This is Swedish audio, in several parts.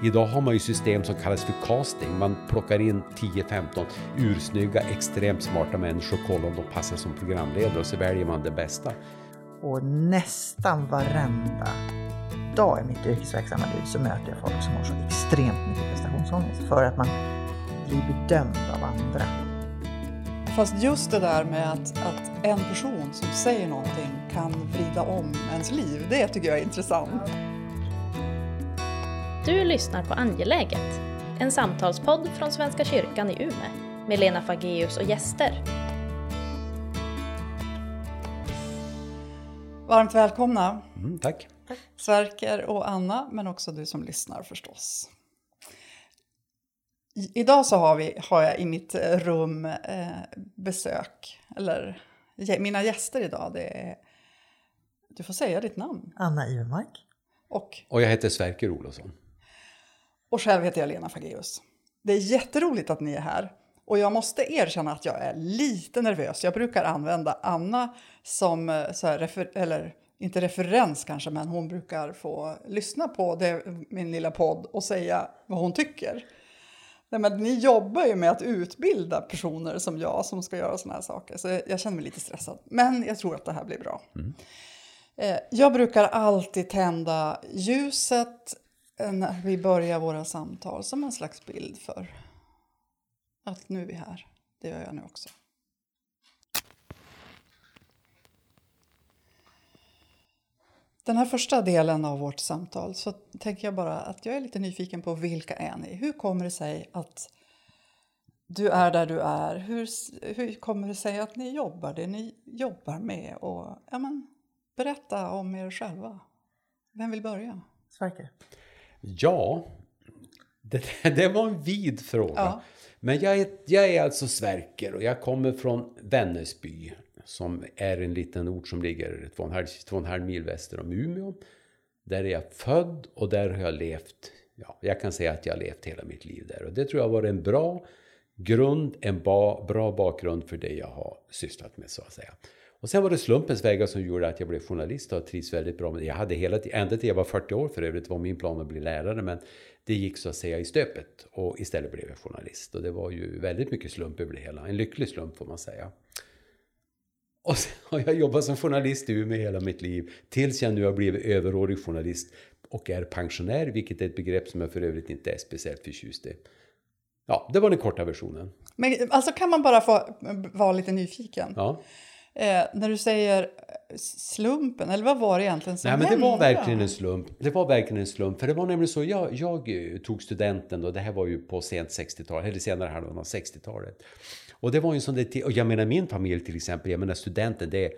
Idag har man ju system som kallas för casting. Man plockar in 10-15 ursnygga, extremt smarta människor och kollar om de passar som programledare och så väljer man det bästa. Och nästan varenda dag i mitt yrkesverksamma liv så möter jag folk som har så extremt mycket prestationsångest för att man blir bedömd av andra. Fast just det där med att en person som säger någonting kan vrida om ens liv, det tycker jag är intressant. Du lyssnar på Angeläget, en samtalspodd från Svenska kyrkan i Umeå med Lena Fageus och gäster. Varmt välkomna. Tack. Sverker och Anna, men också du som lyssnar förstås. Idag så har jag i mitt rum besök, eller mina gäster idag, det är, du får säga ditt namn. Anna Ivermark. Och jag heter Sverker Olofsson. Och själv heter jag Lena Fageus. Det är jätteroligt att ni är här. Och jag måste erkänna att jag är lite nervös. Jag brukar använda Anna som så här eller inte referens kanske, men hon brukar få lyssna på min lilla podd och säga vad hon tycker. Men ni jobbar ju med att utbilda personer som jag som ska göra såna här saker. Så jag känner mig lite stressad. Men jag tror att det här blir bra. Jag brukar alltid tända ljuset när vi börjar våra samtal som en slags bild för att nu är vi här. Det gör jag nu också. Den här första delen av vårt samtal så tänker jag bara att jag är lite nyfiken på vilka är ni? Hur kommer det sig att du är där du är? Hur kommer det sig att ni jobbar det ni jobbar med? Och berätta om er själva. Vem vill börja? Sverker. Ja, det var en vid fråga. Ja. Men jag är alltså Sverker och jag kommer från Vännäsby som är en liten ort som ligger 2,5 mil väster om Umeå. Där är jag född och där har jag levt. Ja, jag kan säga att jag har levt hela mitt liv där. Och det tror jag var en bra grund, en bra bakgrund för det jag har sysslat med så att säga. Och sen var det slumpens vägar som gjorde att jag blev journalist och trivs väldigt bra med det. Jag hade ända till jag var 40 år för övrigt var min plan att bli lärare, men det gick så att säga i stöpet och istället blev jag journalist. Och det var ju väldigt mycket slump över det hela, en lycklig slump får man säga. Och sen har jag jobbat som journalist i Umeå hela mitt liv tills jag nu har blivit överårig journalist och är pensionär, vilket är ett begrepp som jag för övrigt inte är speciellt förtjust i. Ja, det var den korta versionen. Men alltså kan man bara få vara lite nyfiken? Ja. När du säger slumpen, eller vad var det egentligen som hände? Nej, men det var verkligen en slump. Det var verkligen en slump. För det var nämligen så, jag tog studenten och det här var ju på sent 60-tal, eller senare halvan av 60-talet. Och det var ju en sån där, och jag menar min familj till exempel, jag menar studenten, det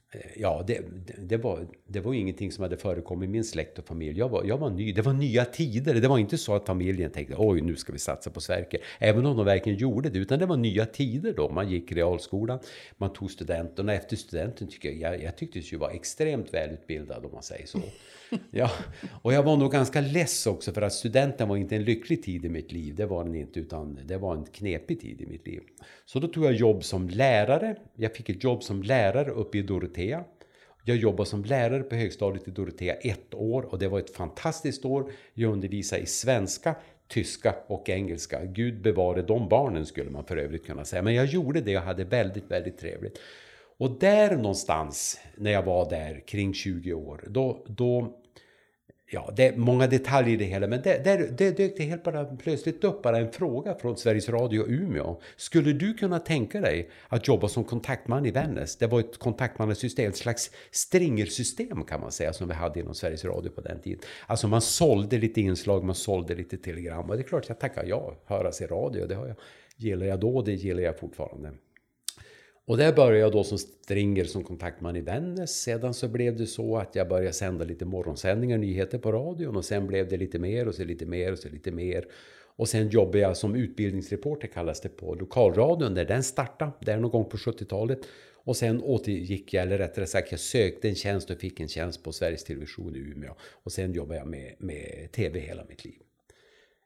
var ingenting som hade förekommit i min släkt och familj. Jag var ny. Det var nya tider. Det var inte så att familjen tänkte, oj nu ska vi satsa på Sverker. Även om de verkligen gjorde det. Utan det var nya tider då. Man gick i realskolan. Man tog studenten. Och efter studenten jag tycktes ju vara extremt välutbildad om man säger så. Ja. Och jag var nog ganska less också för att studenten var inte en lycklig tid i mitt liv. Det var den inte, utan det var en knepig tid i mitt liv. Så då tog jag jobb som lärare. Jag fick ett jobb som lärare uppe i Dorotea. Jag jobbade som lärare på högstadiet i Dorotea 1 år och det var ett fantastiskt år. Jag undervisade i svenska, tyska och engelska. Gud bevare de barnen skulle man för övrigt kunna säga. Men jag gjorde det och hade väldigt, väldigt trevligt. Och där någonstans när jag var där kring 20 år, då ja, det är många detaljer i det hela, men det dök det helt bara plötsligt upp bara en fråga från Sveriges Radio Umeå. Skulle du kunna tänka dig att jobba som kontaktman i Vännäs? Det var ett kontaktmannasystem, ett slags stringersystem kan man säga som vi hade inom Sveriges Radio på den tiden. Alltså man sålde lite inslag, man sålde lite telegram och det är klart jag tackar ja, höras i radio, gillar jag då, det gillar jag fortfarande. Och där började jag då som stringer som kontaktman i Vännäs. Sedan så blev det så att jag började sända lite morgonsändningar, nyheter på radion. Och sen blev det lite mer och så lite mer och så lite mer. Och sen jobbade jag som utbildningsreporter kallas det på lokalradion när den startade. Där någon gång på 70-talet. Och sen återgick jag, eller rättare sagt jag sökte en tjänst och fick en tjänst på Sveriges Television i Umeå. Och sen jobbade jag med tv hela mitt liv.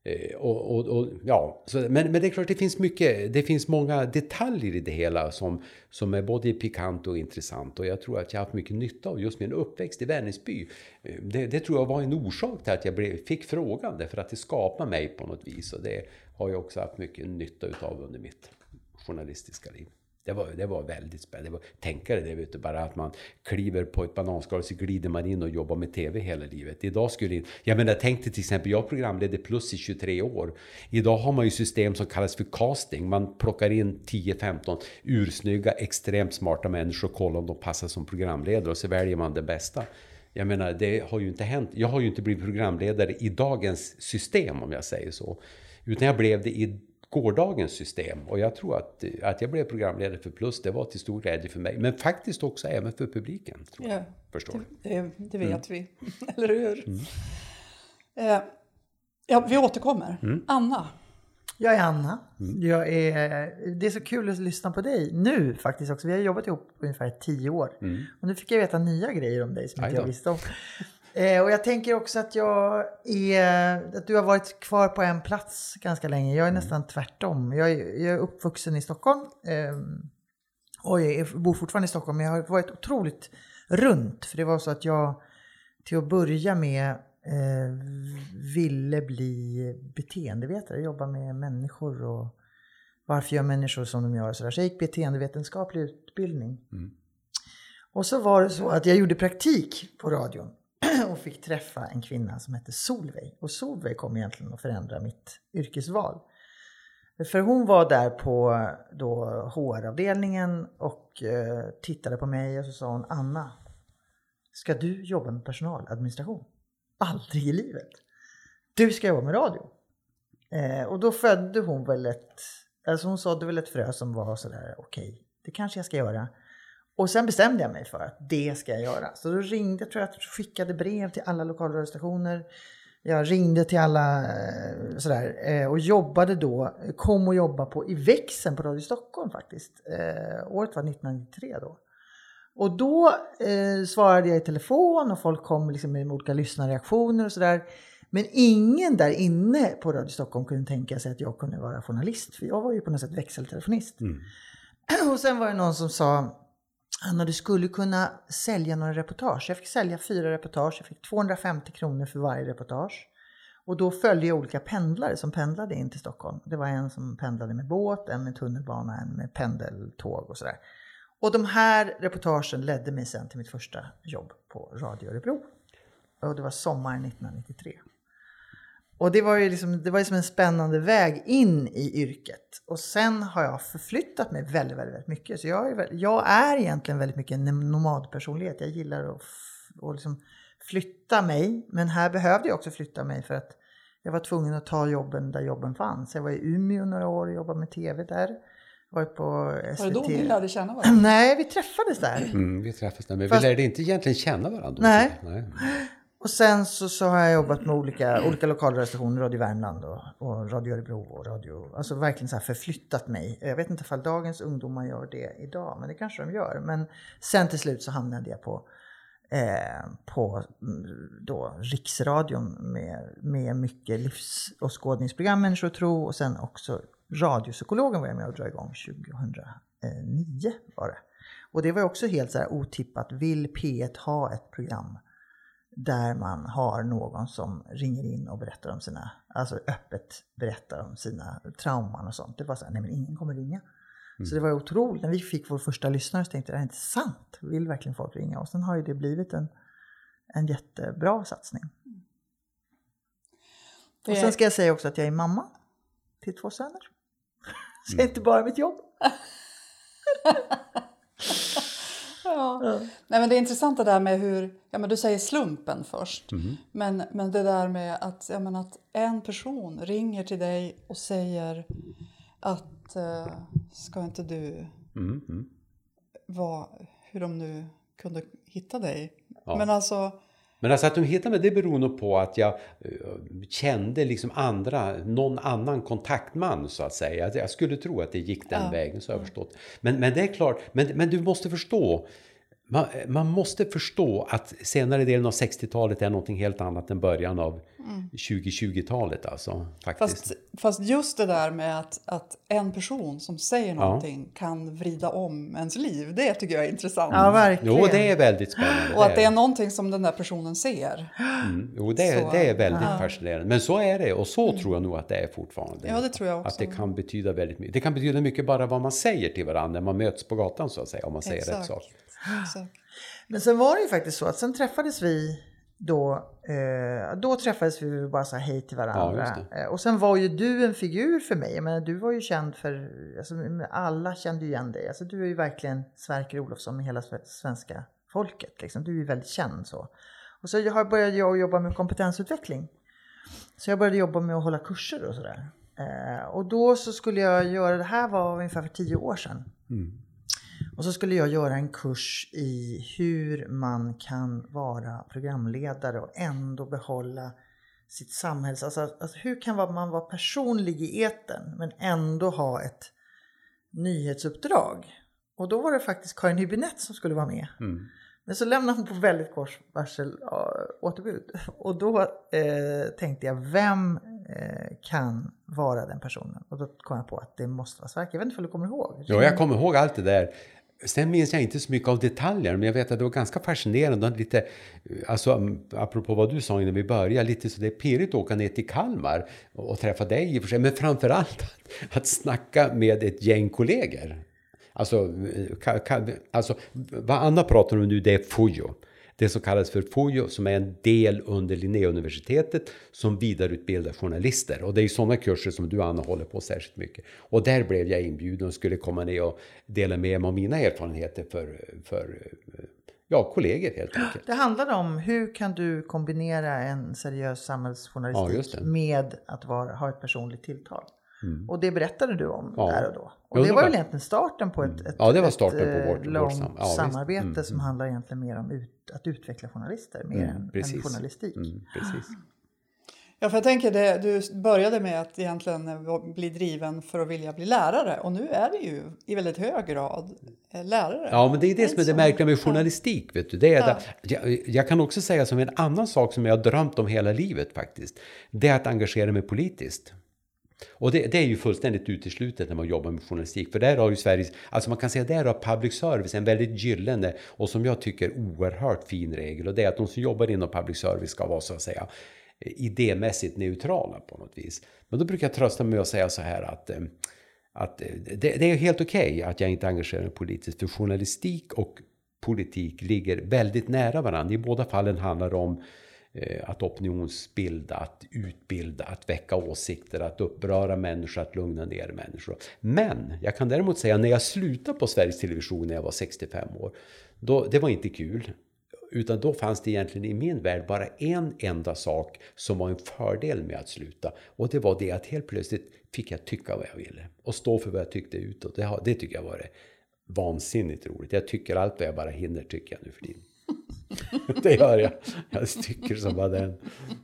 Men det är klart, det finns många detaljer i det hela som är både pikant och intressant, och jag tror att jag har haft mycket nytta av just min uppväxt i Vännäsby. Det tror jag var en orsak till att jag fick frågan, därför att det skapade mig på något vis, och det har jag också haft mycket nytta utav under mitt journalistiska liv. Det var väldigt spännande. Tänka det, vet du, bara att man kliver på ett bananskal så glider man in och jobbar med tv hela livet. Idag jag tänkte till exempel, jag programledde Plus i 23 år. Idag har man ju system som kallas för casting. Man plockar in 10-15 ursnygga, extremt smarta människor och kollar om de passar som programledare, och så väljer man det bästa. Jag menar, det har ju inte hänt. Jag har ju inte blivit programledare i dagens system, om jag säger så. Utan jag blev det i gårdagens system, och jag tror att jag blev programledare för Plus, det var till stor glädje för mig, men faktiskt också även för publiken, tror jag. Förstår. Det vet vi, eller hur? Vi återkommer. Anna. Jag är Anna. Det är så kul att lyssna på dig nu faktiskt också. Vi har jobbat ihop ungefär 10 år. Och nu fick jag veta nya grejer om dig som inte jag visste om. Och jag tänker också att att du har varit kvar på en plats ganska länge. Jag är nästan tvärtom. Jag är uppvuxen i Stockholm. Och jag bor fortfarande i Stockholm. Men jag har varit otroligt runt. För det var så att jag till att börja med ville bli beteendevetare. Jobba med människor och varför gör människor som de gör. Så jag gick beteendevetenskaplig utbildning. Och så var det så att jag gjorde praktik på radion. Och fick träffa en kvinna som hette Solveig. Och Solveig kom egentligen att förändra mitt yrkesval. För hon var där på HR-avdelningen och tittade på mig och så sa hon: Anna, ska du jobba med personaladministration? Aldrig i livet. Du ska jobba med radio. Och då födde hon väl hon sa det väl ett frö som var sådär, okej, det kanske jag ska göra. Och sen bestämde jag mig för att det ska jag göra. Så då ringde, jag tror att jag skickade brev till alla lokalradiostationer. Jag ringde till alla och jobbade då. Kom och jobbade i växeln på Radio Stockholm faktiskt. Året var 1993 då. Och då svarade jag i telefon och folk kom liksom med olika lyssnarreaktioner och sådär. Men ingen där inne på Radio Stockholm kunde tänka sig att jag kunde vara journalist. För jag var ju på något sätt växeltelefonist. Och sen var det någon som sa: Anna, du skulle kunna sälja några reportage. Jag fick sälja 4 reportage. Jag fick 250 kronor för varje reportage. Och då följde jag olika pendlare som pendlade in till Stockholm. Det var en som pendlade med båt, en med tunnelbana, en med pendeltåg och sådär. Och de här reportagen ledde mig sen till mitt första jobb på Radio Örebro. Och det var sommaren 1993. Och det var ju som en spännande väg in i yrket. Och sen har jag förflyttat mig väldigt, väldigt, väldigt mycket. Så jag är egentligen väldigt mycket en nomadpersonlighet. Jag gillar att liksom flytta mig. Men här behövde jag också flytta mig för att jag var tvungen att ta jobben där jobben fanns. Jag var i Umeå några år och jobbade med tv där. Varit på SVT. Var det då vi lärde känna varandra? Nej, vi träffades där. Vi träffades där, men vi lärde inte egentligen känna varandra. Nej. Och sen så har jag jobbat med olika lokalradiostationer, Radio Värmland och Radio Örebro och radio. Alltså verkligen så här förflyttat mig. Jag vet inte ifall dagens ungdomar gör det idag, men det kanske de gör. Men sen till slut så hamnade jag på Riksradion med mycket livsåskådningsprogram, människor tro, och sen också Radiopsykologen var jag med och dra igång 2009 var det. Och det var också helt så här otippat. Vill P1 ha ett program där man har någon som ringer in och berättar om öppet berättar om sina trauman och sånt. Det var så här, nej men ingen kommer ringa. Så det var otroligt. När vi fick vår första lyssnare så tänkte jag, det är inte sant. Vill verkligen folk ringa? Och sen har ju det blivit en jättebra satsning. Och sen ska jag säga också att jag är mamma till 2 söner. Så det är inte bara mitt jobb. Ja. Nej, men det är intressant det där med hur, men du säger slumpen först. Men det där med att en person ringer till dig och säger att ska inte du hur de nu kunde hitta dig. Ja. Men alltså att de hittade mig, det beror nog på att jag kände liksom någon annan kontaktman så att säga. Jag skulle tro att det gick den vägen, så har jag förstått. Men det är klart, men du måste förstå man måste förstå att senare delen av 60-talet är någonting helt annat än början av 2020-talet alltså, faktiskt. Fast just det där med att en person som säger någonting kan vrida om ens liv, det tycker jag är intressant. Ja, verkligen. Jo, det är väldigt spännande. Och att det är någonting som den där personen ser. Jo, det är väldigt fascinerande. Men så är det, och så tror jag nog att det är fortfarande. Ja, det tror jag också. Att det kan betyda väldigt mycket. Det kan betyda mycket bara vad man säger till varandra när man möts på gatan, så att säga, om man säger rätt sak. Exakt. Men sen var det ju faktiskt så att sen träffades vi då träffades vi bara så här hej till varandra. Ja, och sen var ju du en figur för mig. Jag menar, du var ju känd för, alltså, alla kände ju igen dig. Alltså, du är ju verkligen Sverker Olofsson med hela svenska folket. Liksom. Du är ju väldigt känd så. Och så började jag jobba med kompetensutveckling. Så jag började jobba med att hålla kurser och sådär. Och då så skulle jag göra, det här var ungefär för 10 år sedan. Och så skulle jag göra en kurs i hur man kan vara programledare och ändå behålla sitt samhälls... Alltså hur kan man vara personlig i etern men ändå ha ett nyhetsuppdrag. Och då var det faktiskt Karin Hübinette som skulle vara med. Men så lämnade hon på väldigt kort varsel återbud. Och då tänkte jag, vem kan vara den personen? Och då kom jag på att det måste vara Sverker. Jag vet inte om du kommer ihåg. Ja, jag kommer ihåg allt det där. Sen minns jag inte så mycket av detaljer, men jag vet att det var ganska fascinerande. Lite, alltså, apropå vad du sa innan vi började, lite så det är pirrigt att åka ner till Kalmar och träffa dig i och för sig. Men framförallt att snacka med ett gäng kollegor. Alltså vad Anna pratar om nu, det är FOJO. Det som kallas för FOJO, som är en del under Linnéuniversitetet som vidareutbildar journalister. Och det är sådana kurser som du, Anna, håller på särskilt mycket. Och där blev jag inbjuden och skulle komma ner och dela med mig av mina erfarenheter för kollegor helt enkelt. Det handlar om hur kan du kombinera en seriös samhällsjournalistik med att ha ett personligt tilltal. Och det berättade du om där och då. Och det var ju egentligen starten på ett långt samarbete som handlar egentligen mer om att utveckla journalister mer än journalistik. Precis. Ja, för jag tänker du började med att egentligen bli driven för att vilja bli lärare. Och nu är det ju i väldigt hög grad lärare. Ja, men det är det som är det märkliga med journalistik, vet du. Det är jag kan också säga som en annan sak som jag har drömt om hela livet faktiskt. Det är att engagera mig politiskt. Och det är ju fullständigt uteslutet när man jobbar med journalistik. För där har ju Sveriges, alltså man kan säga där har public service en väldigt gyllene och som jag tycker oerhört fin regel. Och det är att de som jobbar inom public service ska vara så att säga idémässigt neutrala på något vis. Men då brukar jag trösta mig och säga så här att det är helt okej att jag inte engagerar mig politiskt. För journalistik och politik ligger väldigt nära varandra. I båda fallen handlar det om att opinionsbilda, att utbilda, att väcka åsikter, att uppröra människor, att lugna ner människor. Men jag kan däremot säga när jag slutade på Sveriges Television när jag var 65 år, det var inte kul. Utan då fanns det egentligen i min värld bara en enda sak som var en fördel med att sluta. Och det var det att helt plötsligt fick jag tycka vad jag ville. Och stå för vad jag tyckte utåt. Det tycker jag var vansinnigt roligt. Jag tycker allt vad jag bara hinner tycker jag nu för tiden. Det gör jag. Jag tycker som bara den.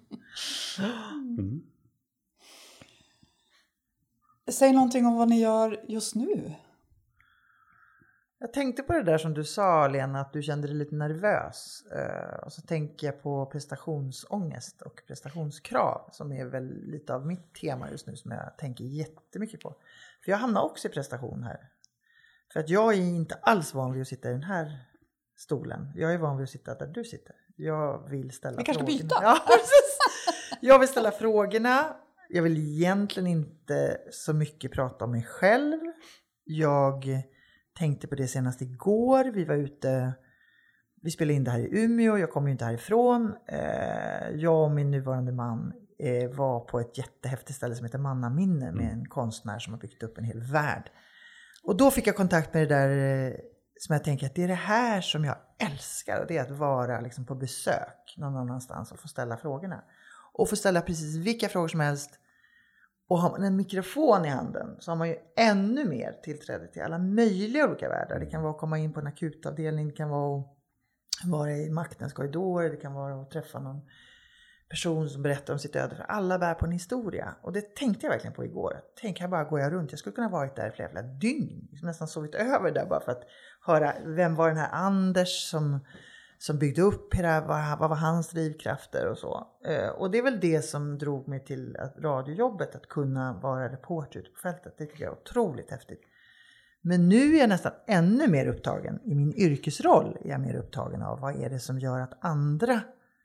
Säg någonting om vad ni gör just nu. Jag tänkte på det där som du sa, Lena, att du kände dig lite nervös. Och så tänker jag på prestationsångest och prestationskrav som är väl lite av mitt tema just nu som jag tänker jättemycket på. För jag hamnar också i prestation här. För att jag är inte alls van vid att sitta i den här stolen. Jag är van vid att sitta där du sitter. Jag vill ställa frågorna. Vi kanske ska byta. Ja, precis. Jag vill ställa frågorna. Jag vill egentligen inte så mycket prata om mig själv. Jag tänkte på det senast igår. Vi var ute. Vi spelade in det här i Umeå. Jag kommer ju inte härifrån. Jag och min nuvarande man var på ett jättehäftigt ställe som heter Mannaminne med en konstnär som har byggt upp en hel värld. Och då fick jag kontakt med det där som jag tänker att det är det här som jag älskar. Och det är att vara liksom på besök någon annanstans och få ställa frågorna. Och få ställa precis vilka frågor som helst. Och har man en mikrofon i handen så har man ju ännu mer tillträde till alla möjliga olika världar. Det kan vara att komma in på en akutavdelning. Det kan vara i maktens korridorer. Det kan vara att träffa någon person som berättar om sitt öde. För alla bär på en historia. Och det tänkte jag verkligen på igår. Tänk här bara går jag runt. Jag skulle kunna varit där i flera dygn. Nästan sovit över där bara för att höra. Vem var den här Anders som byggde upp det här? Vad var hans drivkrafter och så. Och det är väl det som drog mig till radiojobbet. Att kunna vara reporter ute på fältet. Det tycker jag är otroligt häftigt. Men nu är jag nästan ännu mer upptagen. I min yrkesroll är jag mer upptagen av vad är det som gör att andra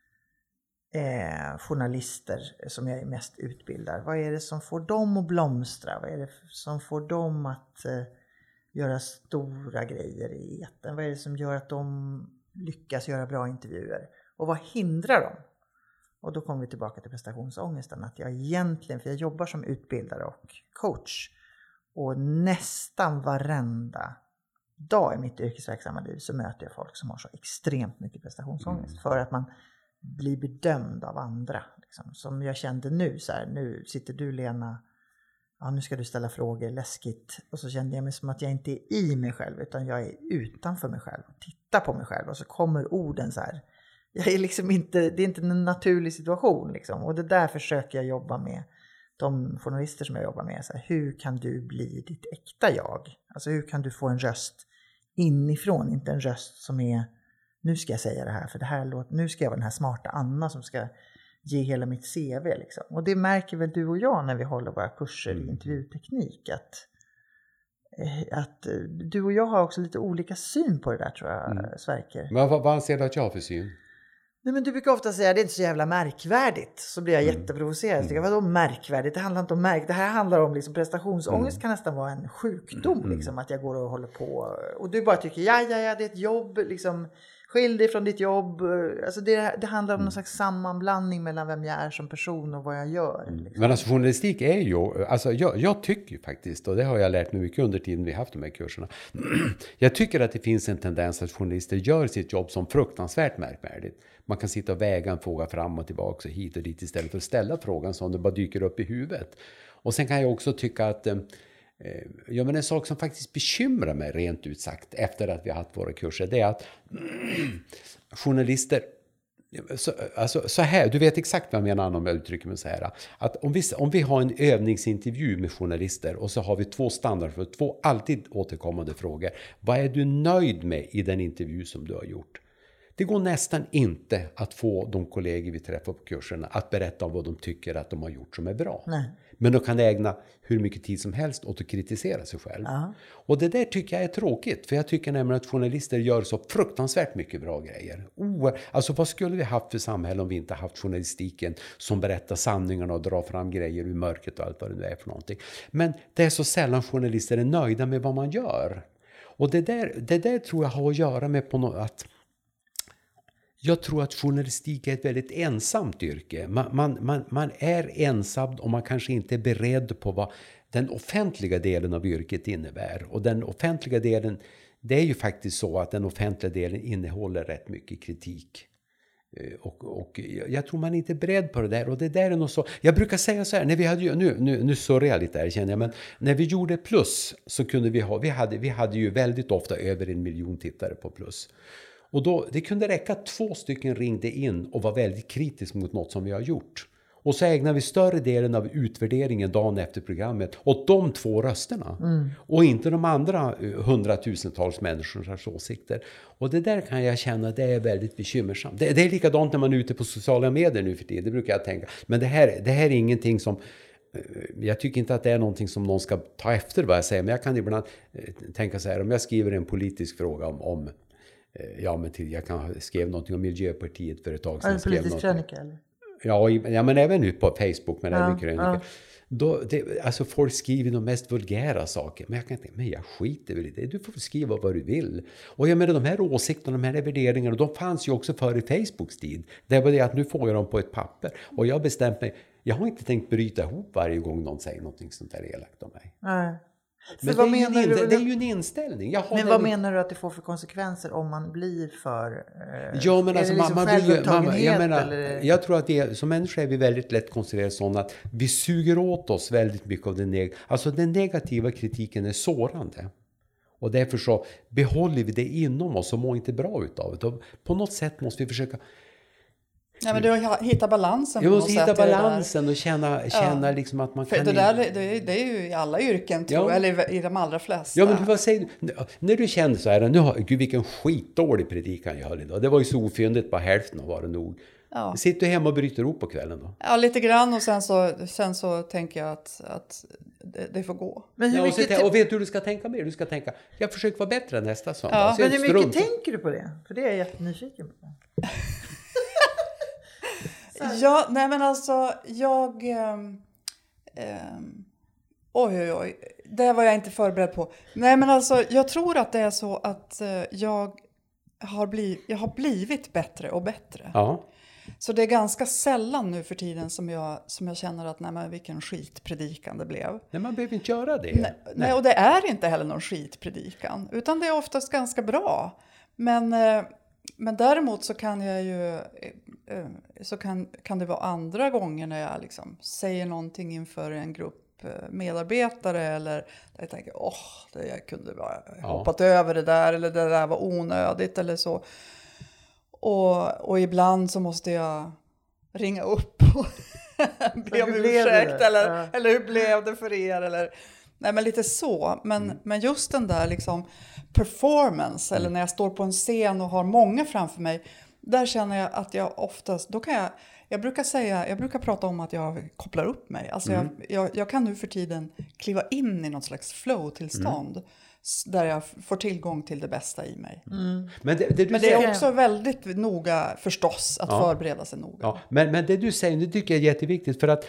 journalister som jag är mest utbildar. Vad är det som får dem att blomstra? Vad är det som får dem att göra stora grejer i etern? Vad är det som gör att de lyckas göra bra intervjuer? Och vad hindrar dem? Och då kommer vi tillbaka till prestationsångesten. Att jag egentligen, för jag jobbar som utbildare och coach. Och nästan varenda dag i mitt yrkesverksamma liv så möter jag folk som har så extremt mycket prestationsångest. För att man blir bedömd av andra. Liksom. Som jag kände nu, så här, nu sitter du Lena, ja, nu ska du ställa frågor, läskigt. Och så kände jag mig som att jag inte är i mig själv utan jag är utanför mig själv. Tittar på mig själv och så kommer orden så här. Jag är liksom inte, det är inte en naturlig situation liksom. Och det där försöker jag jobba med. De journalister som jag jobbar med, så här, hur kan du bli ditt äkta jag? Alltså hur kan du få en röst inifrån, inte en röst som är, nu ska jag säga det här, för det här låter, nu ska jag vara den här smarta Anna som ska ge hela mitt CV liksom. Och det märker väl du och jag när vi håller våra kurser i intervjuteknik, att du och jag har också lite olika syn på det där, tror jag, Sverker. Men vad anser du att jag har för syn? Nej, men du brukar ofta säga att det är inte så jävla märkvärdigt. Så blir jag jätteprovocerad. Vadå märkvärdigt? Det handlar inte om det här handlar om liksom prestationsångest kan nästan vara en sjukdom. Liksom, att jag går och håller på. Och du bara tycker, ja, det är ett jobb. Liksom, skilj dig från ditt jobb. Alltså det handlar om någon slags sammanblandning mellan vem jag är som person och vad jag gör. Liksom. Men alltså journalistik är ju, alltså jag tycker ju faktiskt, och det har jag lärt mig mycket under tiden vi haft de här kurserna. Jag tycker att det finns en tendens att journalister gör sitt jobb som fruktansvärt märkvärdigt. Man kan sitta och väga en fråga fram och tillbaka och hit och dit istället för att ställa frågan som det bara dyker upp i huvudet. Och sen kan jag också tycka att men en sak som faktiskt bekymrar mig rent ut sagt efter att vi har haft våra kurser, det är att journalister, så här, du vet exakt vad jag menar om jag uttrycker mig så här, att om vi har en övningsintervju med journalister och så har vi två standard, två alltid återkommande frågor. Vad är du nöjd med i den intervju som du har gjort? Det går nästan inte att få de kollegor vi träffar på kurserna att berätta om vad de tycker att de har gjort som är bra. Nej. Men de kan ägna hur mycket tid som helst åt att kritisera sig själv. Och det där tycker jag är tråkigt. För jag tycker nämligen att journalister gör så fruktansvärt mycket bra grejer. Alltså vad skulle vi haft för samhälle om vi inte haft journalistiken som berättar sanningarna och drar fram grejer ur mörkret och allt vad det nu är för någonting. Men det är så sällan journalister är nöjda med vad man gör. Och det där tror jag har att göra med på något att jag tror att journalistik är ett väldigt ensamt yrke. Man är ensam och man kanske inte är beredd på vad den offentliga delen av yrket innebär. Och den offentliga delen, det är ju faktiskt så att den offentliga delen innehåller rätt mycket kritik. Och jag tror man är inte beredd på det där. Och det där är nog så. Jag brukar säga så här, när vi hade nu surrar jag lite här känner jag. Men när vi gjorde Plus så kunde vi hade ju väldigt ofta över 1 miljon tittare på Plus. Och då, det kunde räcka 2 stycken ringde in och var väldigt kritisk mot något som vi har gjort. Och så ägnar vi större delen av utvärderingen dagen efter programmet åt de 2 rösterna. Och inte de andra 100,000-tals människors åsikter. Och det där kan jag känna, det är väldigt bekymmersamt. Det är likadant när man är ute på sociala medier nu för tiden, det brukar jag tänka. Men det här är ingenting som... Jag tycker inte att det är någonting som någon ska ta efter vad jag säger. Men jag kan ibland tänka så här, om jag skriver en politisk fråga om jag kan skriva någonting om Miljöpartiet för ett tag sedan. Är det politisk krönika eller? Ja, men även ut på Facebook, men även krönika. Alltså folk skriver de mest vulgära saker. Men jag kan tänka, men jag skiter väl i det. Du får skriva vad du vill. Och jag menar, de här åsikterna, de här värderingarna, de fanns ju också före Facebooks tid. Det var det att nu får jag dem på ett papper. Och jag har bestämt mig, jag har inte tänkt bryta ihop varje gång någon säger någonting sånt där elakt om mig. Nej. Men det är ju en inställning. Men vad menar du att det får för konsekvenser om man blir för... Ja, men alltså självupptagenhet? Jag tror att vi som människor är vi väldigt lätt konstruerade sådana att vi suger åt oss väldigt mycket av den negativa kritiken är sårande. Och därför så behåller vi det inom oss och mår inte bra utav det. Och på något sätt måste vi försöka Ja, men du har hittat balansen. Jag på måste något hitta sätt i det där. balansen och känna liksom att man För kan... det där det är ju i alla yrken, tror jag, eller i de allra flesta. Ja, men vad säger du? När du kände så här, gud vilken skitdålig predikan jag höll idag. Det var ju så ofyndigt, bara hälften var det nog. Ja. Sitter du hemma och bryter ihop på kvällen då? Ja, lite grann, och sen så tänker jag att det får gå. Men hur Ja, mycket, och vet du hur du ska tänka mer? Du ska tänka, jag försöker vara bättre nästa söndag. Ja, Så men jag hur mycket struntar. tänker du på det? För det är jag jättenyfiken på. Ja, nej men alltså, oj. Det var jag inte förberedd på. Nej men alltså, jag tror att det är så att jag har blivit bättre och bättre. Ja. Så det är ganska sällan nu för tiden som jag känner att nej men vilken skitpredikan det blev. Nej, man behöver inte göra det. Nej, och det är inte heller någon skitpredikan. Utan det är oftast ganska bra. Men däremot så kan jag ju... Så kan det vara andra gånger när jag liksom säger någonting inför en grupp medarbetare. Eller där jag tänker, jag kunde bara hoppat över det där. Eller det där var onödigt eller så. Och ibland så måste jag ringa upp och be om ursäkt. Eller hur blev det för er? Eller, nej, men lite så. Men just den där liksom performance. Eller när jag står på en scen och har många framför mig. Där känner jag att jag oftast... Då kan jag brukar prata om att jag kopplar upp mig. Alltså jag kan nu för tiden kliva in i något slags flow-tillstånd. Där jag får tillgång till det bästa i mig. Men det är också väldigt noga förstås att förbereda sig noga. Ja, men det du säger, det tycker jag är jätteviktigt. För att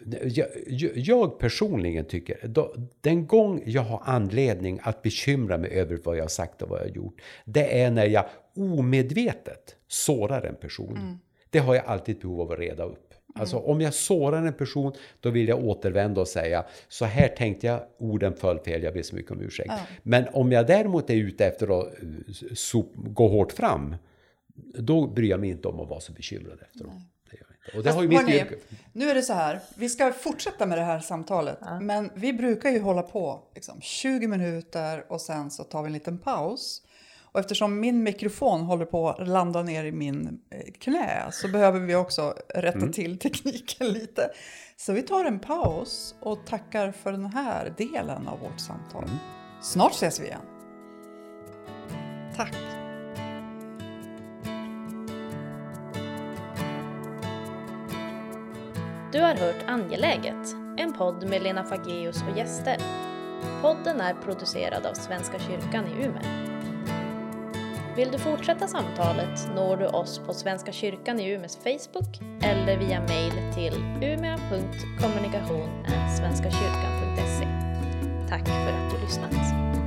jag personligen tycker, den gång jag har anledning att bekymra mig över vad jag har sagt och vad jag har gjort, det är när jag omedvetet sårar en person. Det har jag alltid behov av att reda upp. Alltså om jag sårar en person, då vill jag återvända och säga, så här tänkte jag, orden föll fel, jag ber så mycket om ursäkt. Ja. Men om jag däremot är ute efter att gå hårt fram, då bryr jag mig inte om att vara så bekymrad efteråt. Det gör jag inte. Och det har ju mitt yrke. Nu är det så här, vi ska fortsätta med det här samtalet, men vi brukar ju hålla på liksom 20 minuter och sen så tar vi en liten paus. Och eftersom min mikrofon håller på att landa ner i min knä så behöver vi också rätta till tekniken lite. Så vi tar en paus och tackar för den här delen av vårt samtal. Snart ses vi igen. Tack. Du har hört Angeläget, en podd med Lena Fagéus och gäster. Podden är producerad av Svenska kyrkan i Umeå. Vill du fortsätta samtalet når du oss på Svenska kyrkan i Umeås Facebook eller via mail till umea.kommunikation@svenskakyrkan.se. Tack för att du lyssnat.